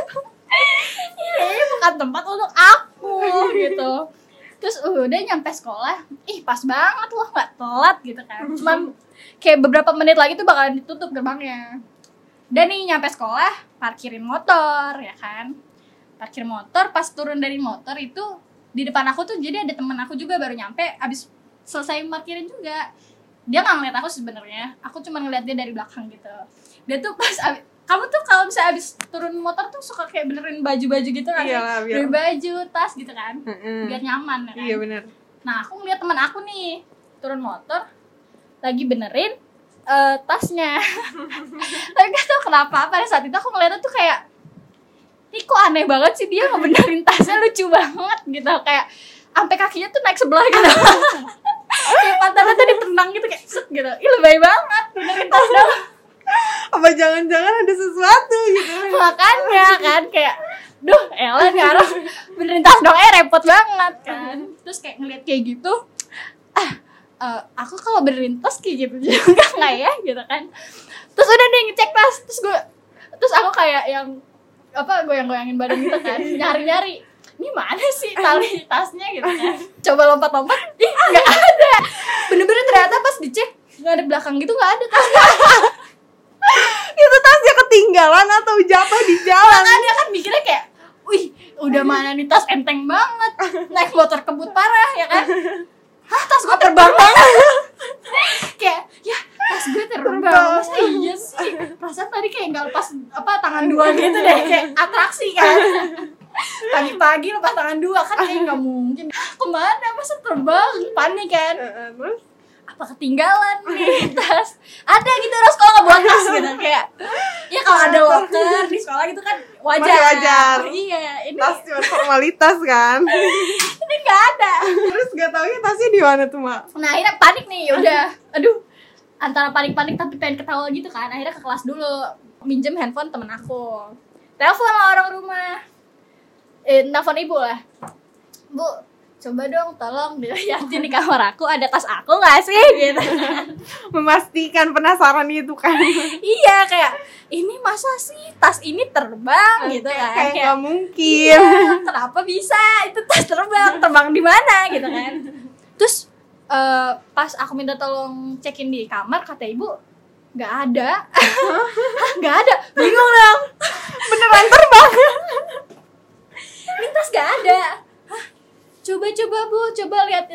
Ini bukan tempat untuk aku gitu. Terus udah nyampe sekolah, ih pas banget loh nggak telat gitu kan. Cuman kayak beberapa menit lagi tuh bakalan ditutup gerbangnya. Dan nih nyampe sekolah, parkirin motor ya kan. Parkir motor, pas turun dari motor itu di depan aku tuh jadi ada temen aku juga baru nyampe, abis selesai parkirin juga. Dia nggak ngeliat aku sebenarnya, aku cuma ngeliat dia dari belakang gitu. Dia tuh pas abis, kamu tuh kalau misalnya abis turun motor tuh suka kayak benerin baju-baju gitu kan? Iyalah, biar- Benerin baju, tas gitu kan, Mm-mm. biar nyaman ya kan. Iya benar. Nah aku ngeliat teman aku nih turun motor lagi benerin uh, tasnya. Tapi gak tau kenapa pada saat itu aku ngeliatnya tuh kayak, ih kok aneh banget sih dia ngebenerin tasnya, lucu banget gitu. Kayak sampai kakinya tuh naik sebelah gitu. Kayak pantatnya tuh ditendang gitu kayak set gitu. Ih lebay banget benerin tas dong. Apa jangan-jangan ada sesuatu gitu? Makanya kan kayak duh elah nih harus benerin tas dong, eh repot banget kan. Terus kayak ngeliat kayak gitu, ah uh, aku kalau benerin tas kayak gitu juga nggak ya gitu kan. Terus udah deh ngecek tas, terus gue terus aku kayak yang apa goyang-goyangin badan gitu kan, nyari-nyari ini mana sih tali tasnya gitu kan. Coba lompat-lompat, ih nggak ada. Bener-bener ternyata pas dicek nggak ada belakang gitu, nggak ada tasnya. Itu tasnya ketinggalan atau jatuh di jalan? Makanya kan mikirnya kayak, wih udah mana nih tas enteng banget, naik motor kebut parah ya kan. Hah tas gue terbang banget. Kayak ya tas gue terbang, masa iya sih. Perasaan tadi kayak nggak lepas apa tangan dua gitu deh, kayak atraksi kan. Pagi-pagi lepas tangan dua kan kayak nggak mungkin. Kemana masa terbang, panik kan. Heeh, terus? Apa ketinggalan nih tas? Ada gitu orang sekolah nggak buat tas gitu kayak. Ya kalau ada locker di sekolah gitu kan wajar. Masih wajar. Iya, ini Tas cuma formalitas kan? ini nggak ada. Terus gak taunya tasnya di mana tuh, Mak? Nah akhirnya panik nih, udah, aduh, antara panik-panik tapi pengen ketawa gitu kan. Akhirnya ke kelas dulu, minjem handphone temen aku, telepon lah orang rumah, eh, telepon ibu lah, bu, coba dong tolong dilihatin di kamar aku ada tas aku nggak sih gitu. Memastikan penasaran itu kan. Iya kayak ini masa sih tas ini terbang gitu kan, Kayak kayak gak mungkin. iya, kenapa bisa itu tas terbang, terbang di mana gitu kan. Terus uh, pas aku minta tolong cekin di kamar, kata ibu nggak ada. Hah, nggak ada, bingung dong. Beneran terbang.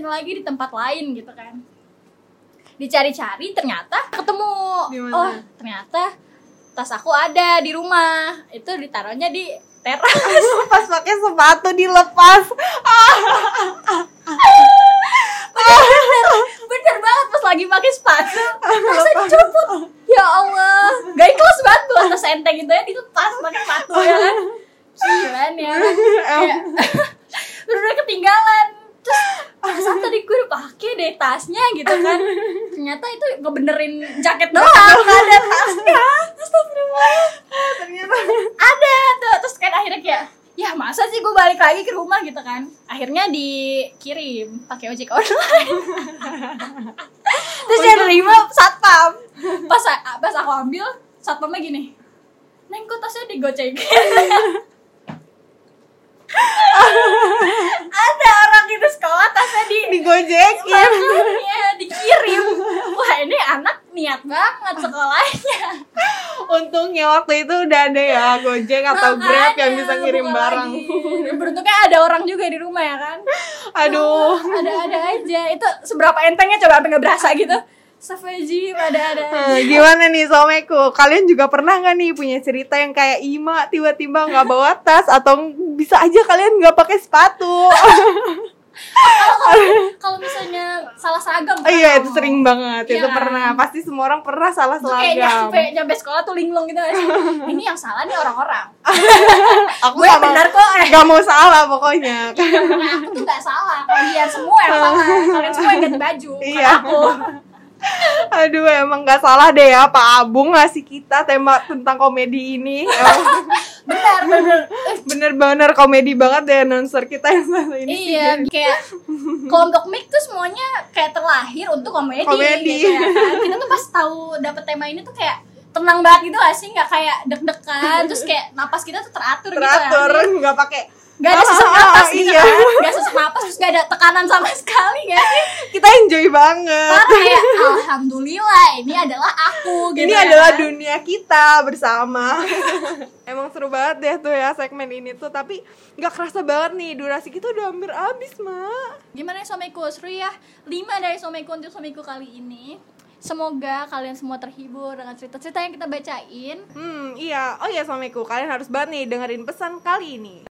kesini lagi di tempat lain gitu kan. Dicari-cari ternyata ketemu. Dimana? Oh ternyata tas aku ada di rumah, itu ditaruhnya di teras. Pas pakai sepatu dilepas. bener, bener banget pas lagi pakai sepatu tasnya dicopot. Ya Allah, gak ikhlas banget buat tas enteng gitu ya dilepas pakai sepatu ya kan. Gila nih orang kayak bener-bener ketinggalan. Terus masa tadi gue udah pake deh tasnya gitu kan, ternyata itu ngebenerin jaket doang, gak ada tasnya. Astagfirullah, Ternyata ada tuh. Terus kan akhirnya kayak ya masa sih gue balik lagi ke rumah gitu kan, akhirnya dikirim pakai ojek online. Terus dia nerima satpam. Pas pas aku ambil, satpamnya gini, Neng kok tasnya digocekin. Ada orang gitu sekolah tasnya di digojekin. makanya dikirim. Wah ini anak niat banget sekolahnya. Untungnya waktu itu udah ada ya Gojek atau Grab yang bisa ngirim bukan barang. lagi. Beruntungnya ada orang juga di rumah ya kan. Aduh. Ada-ada aja. Itu seberapa entengnya coba sampai nggak berasa gitu. Astagfirullahaladzim, ada-ada aja. Hmm, gimana nih Someku? Kalian juga pernah nggak nih punya cerita yang kayak Ima tiba-tiba nggak bawa tas atau bisa aja kalian nggak pakai sepatu? Kalau misalnya salah seragam Oh, iya itu sering banget. Iya Itu kan? pernah. Pasti semua orang pernah salah Itu kayak seragam. nyampe, nyampe sekolah tuh linglung gitu gak sih? Ini yang salah nih orang-orang. Aku Gue sama- benar kok. Eh. Gak mau salah pokoknya. Nah, aku tuh gak salah. Kalian semua yang salah. Kalian semua yang ganti baju. Bukan Iya. aku. Aduh emang gak salah deh ya Pak Abung ngasih kita tema tentang komedi ini. Emang Benar, benar. bener-bener komedi banget deh announcer kita yang satu ini sih. Iya, kayak kelompok mic tuh semuanya kayak terlahir untuk komedi, Komedi. gitu ya kan. Kita tuh pas tahu dapet tema ini tuh kayak tenang banget gitu gak sih, nggak kayak deg-degan, terus kayak napas kita tuh teratur, Teratur gitu nggak pakai. Gak ada sesak napas gitu Iya. kan, gak sesak napas, terus gak ada tekanan sama sekali gak sih. Kita enjoy banget. Parah kayak, alhamdulillah ini adalah aku gitu Ini ya adalah kan. dunia kita bersama. Emang seru banget deh tuh ya segmen ini tuh. Tapi gak kerasa banget nih, durasi kita udah hampir habis, Mak. Gimana Someku, seru ya? lima dari Someku untuk Someku kali ini. Semoga kalian semua terhibur dengan cerita-cerita yang kita bacain. Hmm, iya. Oh iya Someku, kalian harus banget nih dengerin pesan kali ini.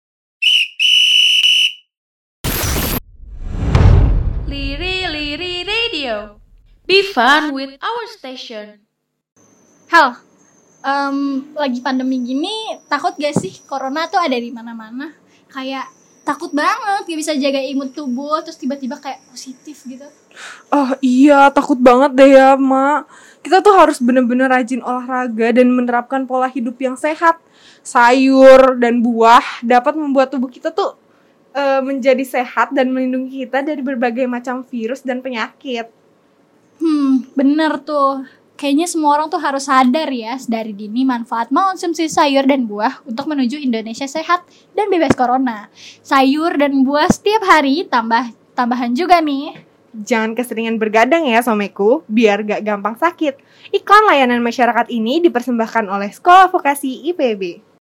Liri Liri Radio. Be fun with our station. Hal, um, lagi pandemi gini, takut gak sih corona tuh ada di mana-mana? Kayak takut banget, gak bisa jaga imun tubuh, terus tiba-tiba kayak positif gitu. Oh iya, takut banget deh ya, Mak. Kita tuh harus bener-bener rajin olahraga dan menerapkan pola hidup yang sehat. Sayur dan buah dapat membuat tubuh kita tuh uh, menjadi sehat dan melindungi kita dari berbagai macam virus dan penyakit. Hmm, bener tuh. Kayaknya semua orang tuh harus sadar ya dari dini manfaat mengonsumsi sayur dan buah untuk menuju Indonesia sehat dan bebas corona. Sayur dan buah setiap hari tambah tambahan juga nih. Jangan keseringan bergadang ya Someku, biar gak gampang sakit. Iklan layanan masyarakat ini dipersembahkan oleh Sekolah Vokasi I P B.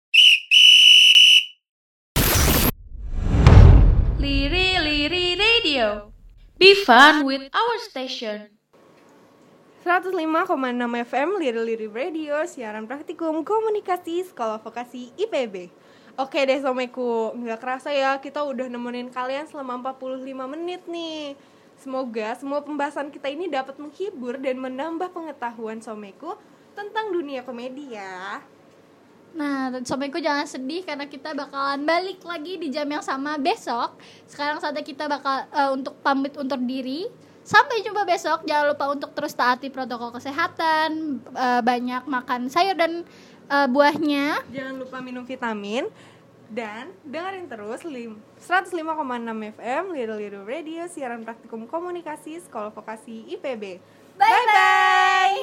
Liri Liri Radio. Be fun with our station. seratus lima koma enam F M Liri Liri Radio, siaran praktikum komunikasi Sekolah Vokasi I P B. Oke deh Someku, nggak kerasa ya kita udah nemenin kalian selama empat puluh lima menit nih. Semoga semua pembahasan kita ini dapat menghibur dan menambah pengetahuan Someku tentang dunia komedi ya. Nah, Someku jangan sedih karena kita bakalan balik lagi di jam yang sama besok. Sekarang saatnya kita bakal uh, untuk pamit undur diri. Sampai jumpa besok. Jangan lupa untuk terus taati protokol kesehatan, uh, banyak makan sayur dan uh, buahnya. Jangan lupa minum vitamin dan dengerin terus seratus lima koma enam F M Little Little Radio, siaran praktikum komunikasi Sekolah Vokasi I P B. Bye bye.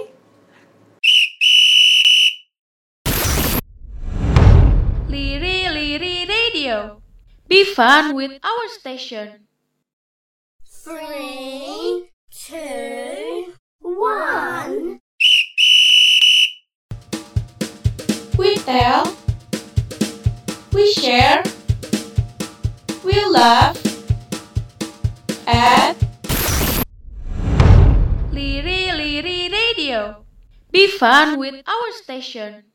Liri Liri Radio. Be fun with our station. Three, two, one. We tell, we share, we laugh at Radio. Be fun with our station.